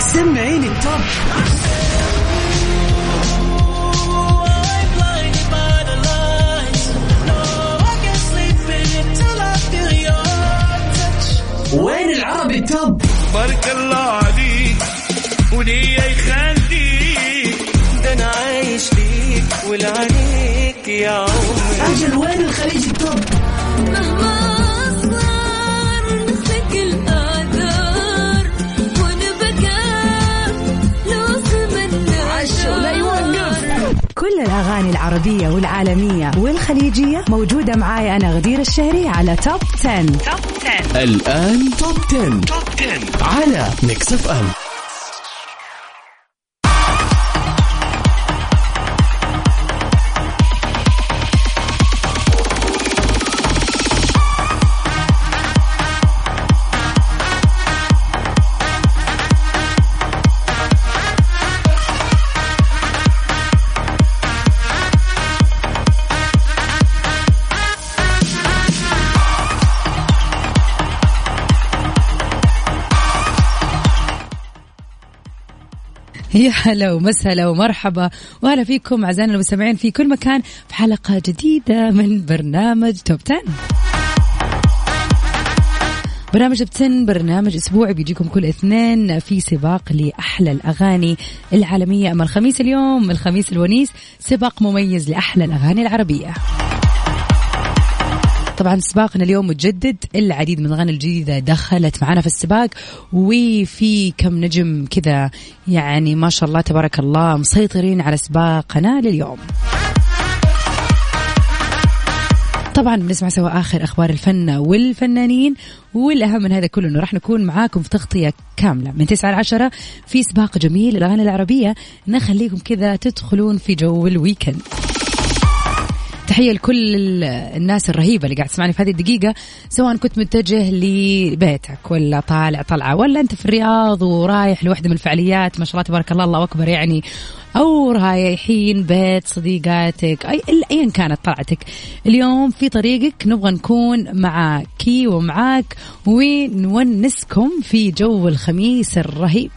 سمعيني التوب. وين العربي التوب؟ بارك الله عليك ولي يخليك، ده انا عايش ليك ولعنيك يا عمري. أجل وين الخليج التوب؟ مهما أصغر مثلك الآثار ونبقى لوصل من عشو لا يوقف. كل الأغاني العربية والعالمية والخليجية موجودة معاي أنا غدير الشهري على توب 10. الآن توب 10 على ميكس اف ام. يا هلا ومسهلا ومرحبا وهلا فيكم أعزائنا المستمعين في كل مكان في حلقة جديدة من برنامج توب 10. برنامج توب 10 برنامج أسبوعي بيجيكم كل اثنين في سباق لأحلى الأغاني العالمية. أما الخميس اليوم الخميس الونيس سباق مميز لأحلى الأغاني العربية. طبعا سباقنا اليوم متجدد، العديد من الأغاني الجديدة دخلت معنا في السباق، وفي كم نجم كذا يعني ما شاء الله تبارك الله مسيطرين على سباقنا لليوم. طبعا بنسمع سوا آخر أخبار الفن والفنانين، والأهم من هذا كله أنه راح نكون معاكم في تغطية كاملة من 9 ل 10 في سباق جميل الأغاني العربية، نخليكم كذا تدخلون في جو الويكند. تحية لكل الناس الرهيبة اللي قاعد تسمعني في هذه الدقيقة، سواء كنت متجه لبيتك ولا طالع طلعة، ولا أنت في الرياض ورايح لوحدة من الفعاليات ما شاء الله تبارك الله الله أكبر يعني، أو رايحين بيت صديقاتك، أيا كانت طلعتك اليوم في طريقك، نبغى نكون معاكي ومعاك ونونسكم في جو الخميس الرهيب.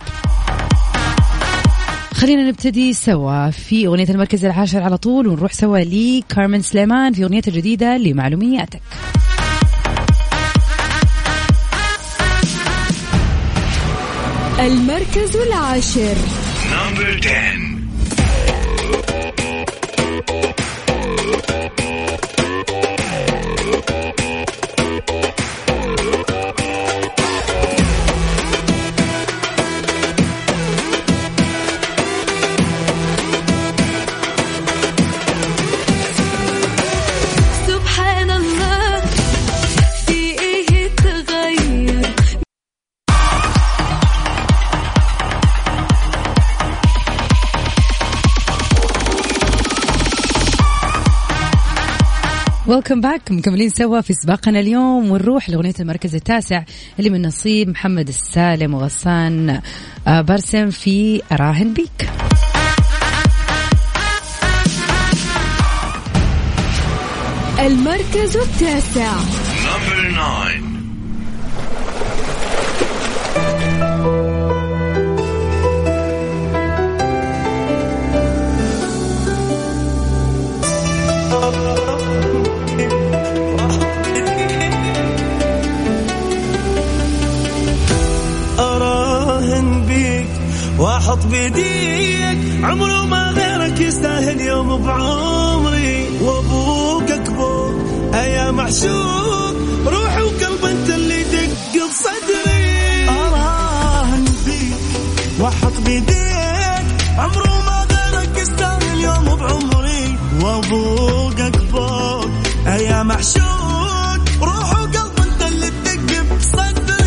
خلينا نبتدي سوا في أغنية المركز العاشر على طول، ونروح سوا لكارمن سليمان في أغنية الجديدة لمعلومياتك. المركز العاشر. Number 10. ويلكم باك، مكملين سوا في سباقنا اليوم، ونروح لأغنية المركز التاسع اللي من نصيب محمد السالم وغسان برسم في أراهن بيك. المركز التاسع. Number 9. أراهن بيك واحط بيديك، عمره ما غيرك يستاهل يوم بعمري، وابوك اكبر ايام محشوق، روحي وقلب انت اللي دق بصدري. أراهن بيك واحط بيديك، عمره ما غيرك يستاهل يوم بعمري، وابوك اكبر ايام محشوق، روحي وقلب انت اللي دق بصدري.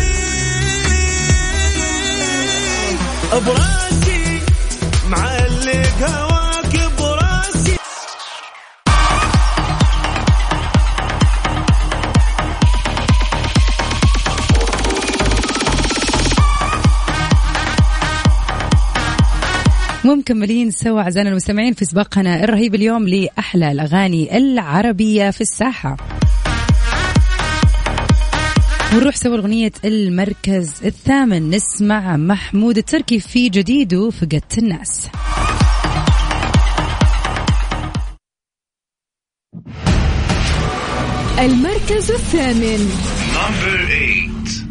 براسي معلق هواك براسي. ومكملين سوا أعزائنا المستمعين في سباقنا الرهيب اليوم لأحلى الأغاني العربية في الساحة. ونروح سوا أغنية المركز الثامن. نسمع محمود التركي في جديده فقدت الناس. المركز الثامن. Number 8.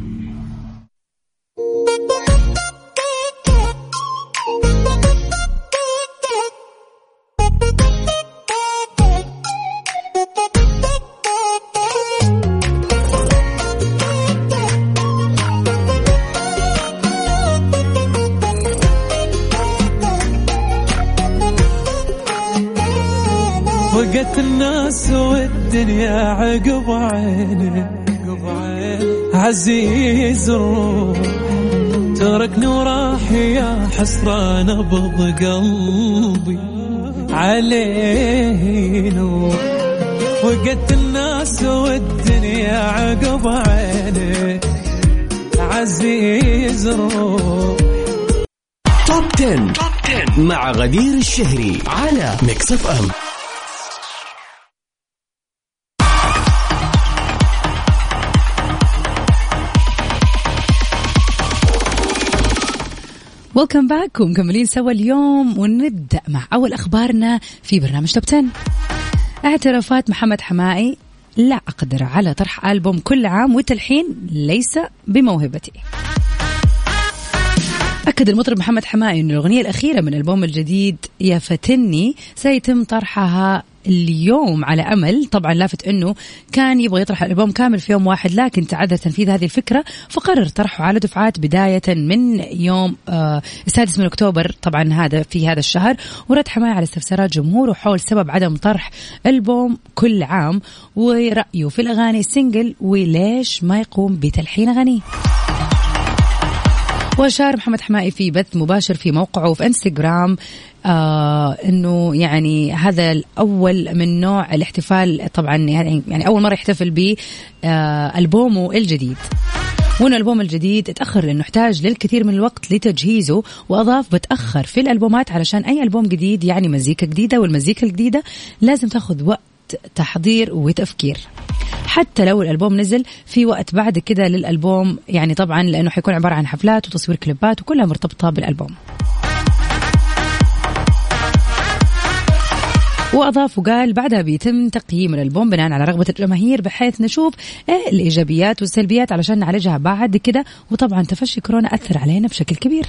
وقت الناس والدنيا عقب عينك عزيز الروح تركني وراح يا حسرة نبض قلبي عليه نور. وقت الناس والدنيا عقب عينك عزيز الروح. توب 10 مع غدير الشهري على ميكس اف ام. ويلكم باك ومكملين سوا اليوم ونبدأ مع أول أخبارنا في برنامج توب 10. اعترافات محمد حمائي: لا أقدر على طرح ألبوم كل عام والتلحين ليس بموهبتي. أكد المطرب محمد حمائي أن الأغنية الأخيرة من ألبوم الجديد يا فتني سيتم طرحها اليوم، على أمل طبعا لافت أنه كان يبغى يطرح الألبوم كامل في يوم واحد، لكن تعذر تنفيذ هذه الفكرة فقرر طرحه على دفعات بداية من يوم 6 من أكتوبر طبعا هذا في هذا الشهر. ورد حماية على استفسارات جمهوره حول سبب عدم طرح ألبوم كل عام ورأيه في الأغاني السنجل وليش ما يقوم بتلحين أغانيه. وأشار محمد حمائي في بث مباشر في موقعه في انستغرام انه يعني هذا الاول من نوع الاحتفال، طبعا يعني اول مره يحتفل بألبومه الجديد، وان الألبوم الجديد اتأخر لأنه احتاج للكثير من الوقت لتجهيزه. وأضاف: بتأخر في الألبومات علشان أي ألبوم جديد يعني مزيكا جديدة، والمزيكا الجديدة لازم تاخذ وقت تحضير وتفكير، حتى لو الألبوم نزل في وقت بعد كده للألبوم، يعني طبعا لأنه حيكون عبارة عن حفلات وتصوير كليبات وكلها مرتبطة بالألبوم. وأضاف وقال: بعدها بيتم تقييم الألبوم بناء على رغبة الجماهير بحيث نشوف الإيجابيات والسلبيات علشان نعالجها بعد كده. وطبعا تفشي كورونا أثر علينا بشكل كبير.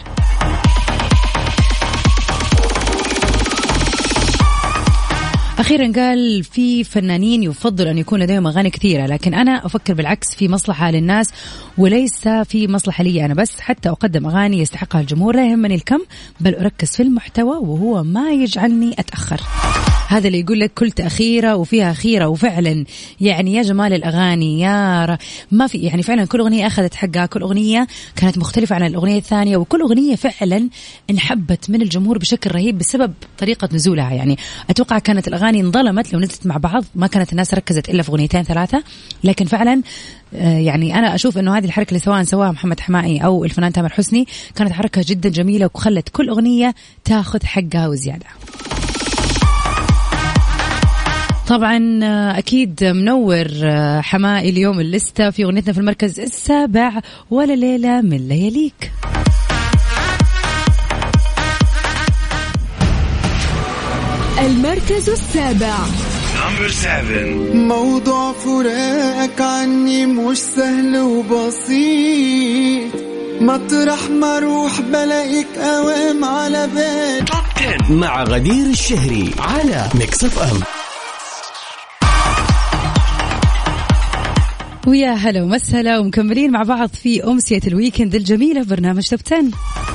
أخيرا قال: في فنانين يفضل أن يكون لديهم أغاني كثيرة، لكن أنا أفكر بالعكس، في مصلحة للناس وليس في مصلحة لي أنا بس، حتى أقدم أغاني يستحقها الجمهور لا يهمني الكم، بل أركز في المحتوى وهو ما يجعلني أتأخر. هذا اللي يقول لك كل تأخيرة وفيها خيرة. وفعلا يعني يا جمال الأغاني ما في، يعني فعلا كل أغنية أخذت حقها، كل أغنية كانت مختلفة عن الأغنية الثانية، وكل أغنية فعلا انحبت من الجمهور بشكل رهيب بسبب طريقة نزولها. يعني أتوقع كانت الأغاني انظلمت لو نزلت مع بعض، ما كانت الناس ركزت إلا في أغنيتين ثلاثة، لكن فعلا يعني أنا أشوف أنه هذه الحركة اللي سواها محمد حمائي أو الفنان تامر حسني كانت حركة جدا جميلة وخلت كل أغنية تاخذ حقها وزيادة. طبعا أكيد منور حمائي اليوم الليستة في أغنيتنا في المركز السابع، ولا ليلة من لياليك. المركز السابع. Number 7. موضوع فراقك عني مش سهل وبسيط، مطرح ما روح بلاقيك قوام على بالي. Top 10 مع غدير الشهري على ميكس اف ام. ويا هلا ومسهلا ومكملين مع بعض في أمسية الويكند الجميلة في برنامج توب 10.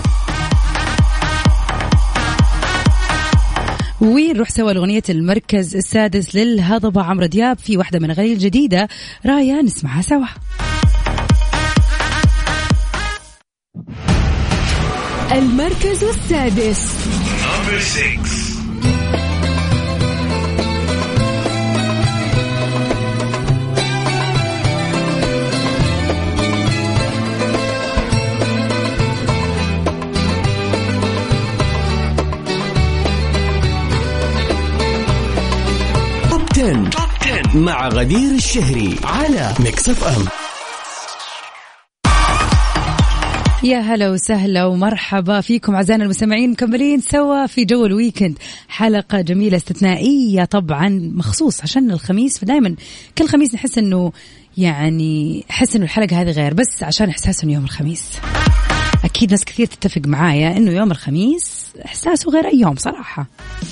ونروح سوا لأغنية المركز السادس للهضبة عمرو دياب في واحدة من أغانيه الجديدة رايا، نسمعها سوا. المركز السادس. Number 6. توب 10 مع غدير الشهري على ميكس اف ام. يا هلا وسهلا ومرحبا فيكم أعزائنا المستمعين، مكملين سوا في جو الويكند. حلقة جميلة استثنائية طبعا مخصوص عشان الخميس، فدايما كل خميس نحس انه يعني حس انه الحلقة هذه غير، بس عشان احساس انه يوم الخميس. اكيد ناس كثير تتفق معايا انه يوم الخميس احساسه غير اي يوم صراحة.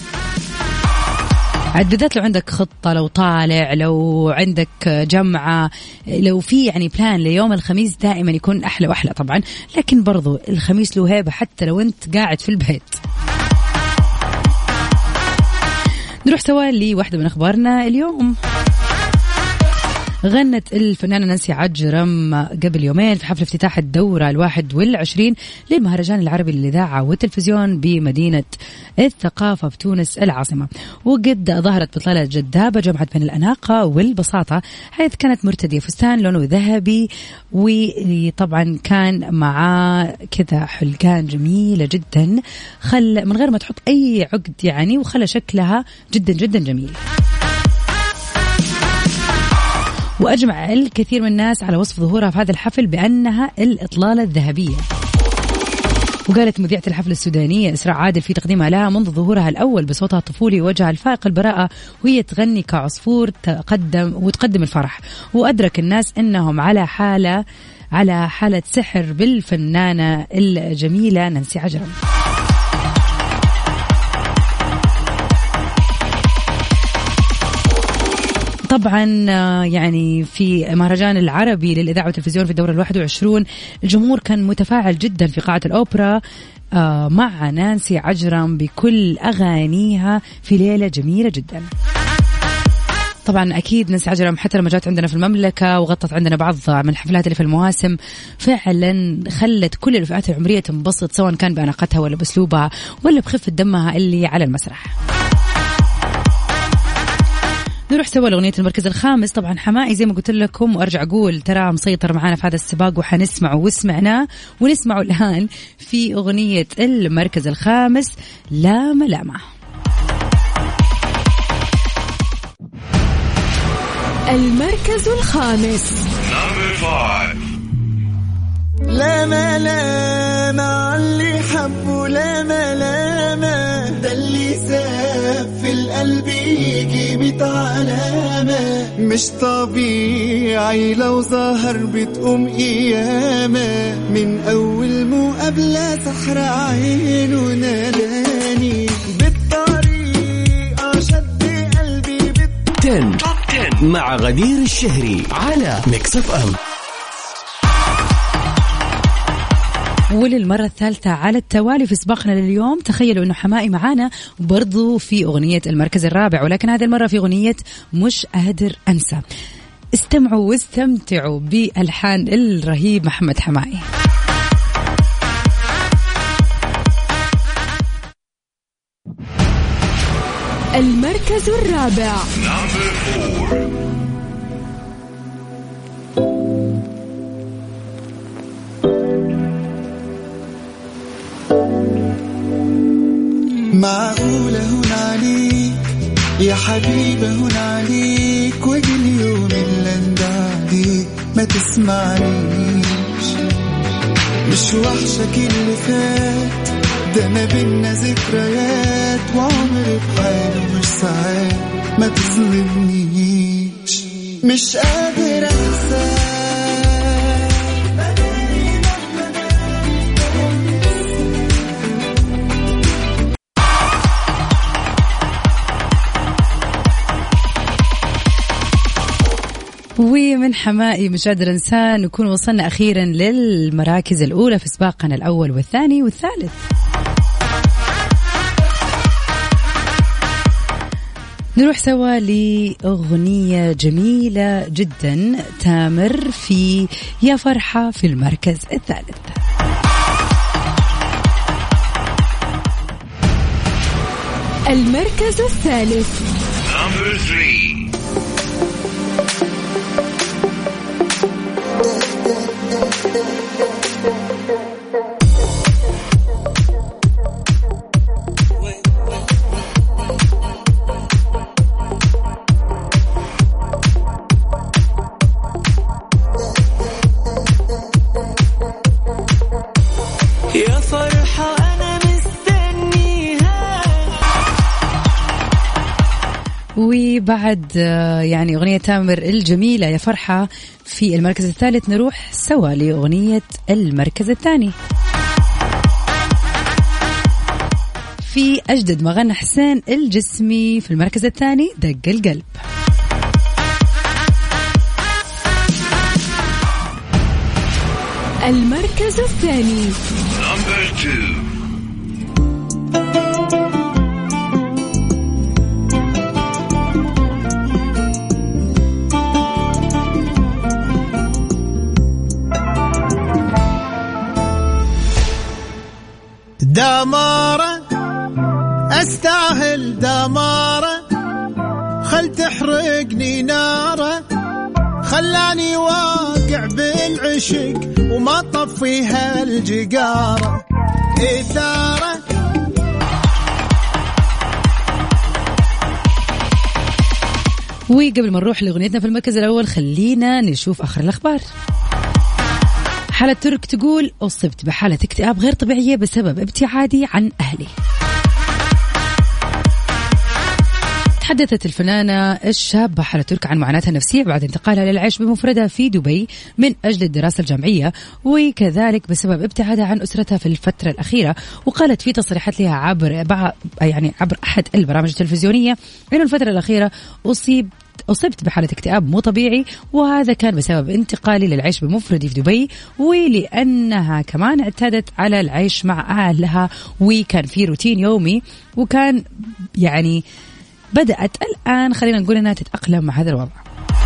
بالذات لو عندك خطة، لو طالع، لو عندك جمعة، لو في يعني بلان ليوم الخميس دائما يكون أحلى وأحلى طبعا. لكن برضو الخميس له هيبة حتى لو أنت قاعد في البيت. نروح سوا لواحدة من أخبارنا اليوم. غنت الفنانة نانسي عجرم قبل يومين في حفل افتتاح الدورة 21 للمهرجان العربي للإذاعة والتلفزيون بمدينة الثقافة بتونس العاصمة، وقد ظهرت بطلة جذابة جمعت بين الأناقة والبساطة، حيث كانت مرتدية فستان لونه ذهبي، وطبعا كان معاه كذا حلقان جميلة جدا من غير ما تحط أي عقد يعني، وخلى شكلها جدا جدا جميل. وأجمع الكثير من الناس على وصف ظهورها في هذا الحفل بأنها الإطلالة الذهبية. وقالت مذيعة الحفل السودانية إسراء عادل في تقديمها لها منذ ظهورها الأول بصوتها الطفولي ووجهها الفائق البراءة وهي تغني كعصفور وتقدم الفرح، وأدرك الناس أنهم على حالة سحر بالفنانة الجميلة نانسي عجرم. طبعا يعني في مهرجان العربي للإذاعة والتلفزيون في الدورة 21 الجمهور كان متفاعل جدا في قاعة الأوبرا مع نانسي عجرم بكل أغانيها في ليلة جميلة جدا. طبعا أكيد نانسي عجرم حتى لما جات عندنا في المملكة وغطت عندنا بعض من الحفلات اللي في المواسم فعلا خلت كل الفئات العمرية تنبسط، سواء كان بأناقتها ولا بأسلوبها ولا بخفة دمها اللي على المسرح. نروح سوا لأغنية المركز الخامس. طبعا حمائي زي ما قلت لكم وأرجع أقول ترى مسيطر معنا في هذا السباق وحنسمعه وسمعناه ونسمعه الآن في أغنية المركز الخامس لا ملامة. المركز الخامس. لا ملامة علي حبه، لا ملامة ده اللي ساب في القلب يجي 100 علامة. مش طبيعي لو ظهر بتقوم قيامة، من أول مقابلة سحر عينه ناداني بالطريقة شد قلبي 10 مع غدير الشهري على ميكس اف ام. وللمرة الثالثة على التوالي في سباقنا لليوم تخيلوا أنه حمائي معانا برضو في أغنية المركز الرابع، ولكن هذه المرة في أغنية مش قادر أنسى. استمعوا واستمتعوا بألحان الرهيب محمد حمائي. المركز الرابع. معقولة هون عليك يا حبيبة، هون عليك وجه اليوم اللي اندعيك ما تسمعنيش. مش وحشك اللي فات ده ما بينا ذكريات، وعمري بحاله مش ساعات ما تظلمنيش. مش قادر انساك ومن حمائي مش قادر انساه نكون وصلنا أخيرا للمراكز الأولى في سباقنا الأول والثاني والثالث. نروح سوا لأغنية جميلة جدا تامر في يا فرحة في المركز الثالث. المركز الثالث. Number 3. وبعد يعني أغنية تامر الجميلة يا فرحة في المركز الثالث، نروح سوا لأغنية المركز الثاني. في أجدد ما غنى حسين الجسمي في المركز الثاني، دق القلب. المركز الثاني. Number 2. دمارة أستاهل دمارة، خل تحرقني نارة، خلاني واقع بالعشق وما طفيها الجقارة إثارة. وقبل ما نروح لأغنيتنا في المركز الأول خلينا نشوف آخر الأخبار. حالة ترك تقول أصبت بحالة اكتئاب غير طبيعية بسبب ابتعادي عن أهلي. تحدثت الفنانة الشابة حالة ترك عن معاناتها النفسية بعد انتقالها للعيش بمفردها في دبي من أجل الدراسة الجامعية، وكذلك بسبب ابتعادها عن أسرتها في الفترة الأخيرة. وقالت في تصريحات لها عبر أحد البرامج التلفزيونية إنه الفترة الأخيرة أصبت بحالة اكتئاب مو طبيعي، وهذا كان بسبب انتقالي للعيش بمفردي في دبي، ولأنها كمان اعتادت على العيش مع أهلها وكان في روتين يومي، وكان يعني بدأت الآن خلينا نقول أنها تتأقلم مع هذا الوضع.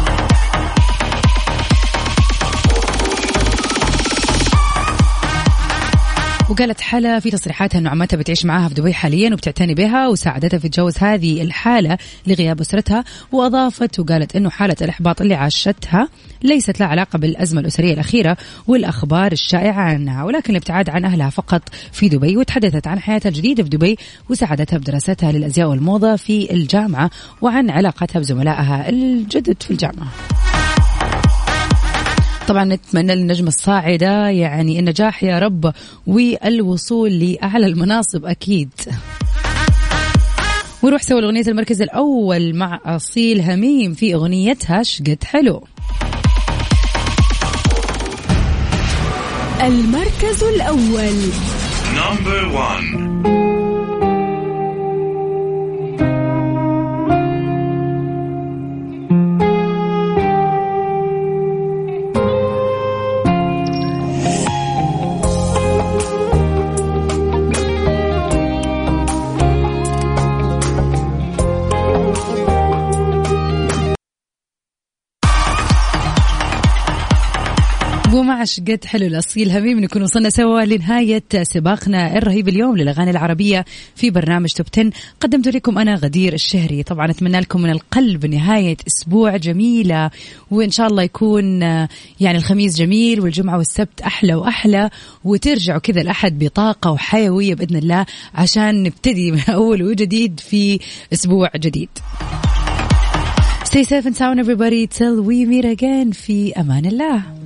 وقالت حالة في تصريحاتها أنه عمتها بتعيش معاها في دبي حاليا وبتعتني بها وساعدتها في تجاوز هذه الحالة لغياب أسرتها. وأضافت وقالت أنه حالة الإحباط اللي عاشتها ليست لها علاقة بالأزمة الأسرية الأخيرة والأخبار الشائعة عنها، ولكن الابتعاد عن أهلها فقط في دبي. وتحدثت عن حياتها الجديدة في دبي وساعدتها بدراستها للأزياء والموضة في الجامعة، وعن علاقتها بزملائها الجدد في الجامعة. طبعا نتمنى للنجمة الصاعدة يعني النجاح يا رب والوصول لأعلى المناصب أكيد. ونروح سوا لأغنية المركز الأول مع أصيل هميم في أغنيتها شقد حلو. المركز الأول. Number 1. ومع شقد حلو الأصيل هميم نكون وصلنا سوا لنهاية سباقنا الرهيب اليوم للأغاني العربية في برنامج توب 10. قدمت لكم أنا غدير الشهري. طبعا أتمنى لكم من القلب نهاية أسبوع جميلة، وإن شاء الله يكون يعني الخميس جميل والجمعة والسبت أحلى وأحلى، وترجعوا كذا الأحد بطاقة وحيوية بإذن الله عشان نبتدي من أول وجديد في أسبوع جديد. Stay safe and sound everybody till we meet again. في أمان الله.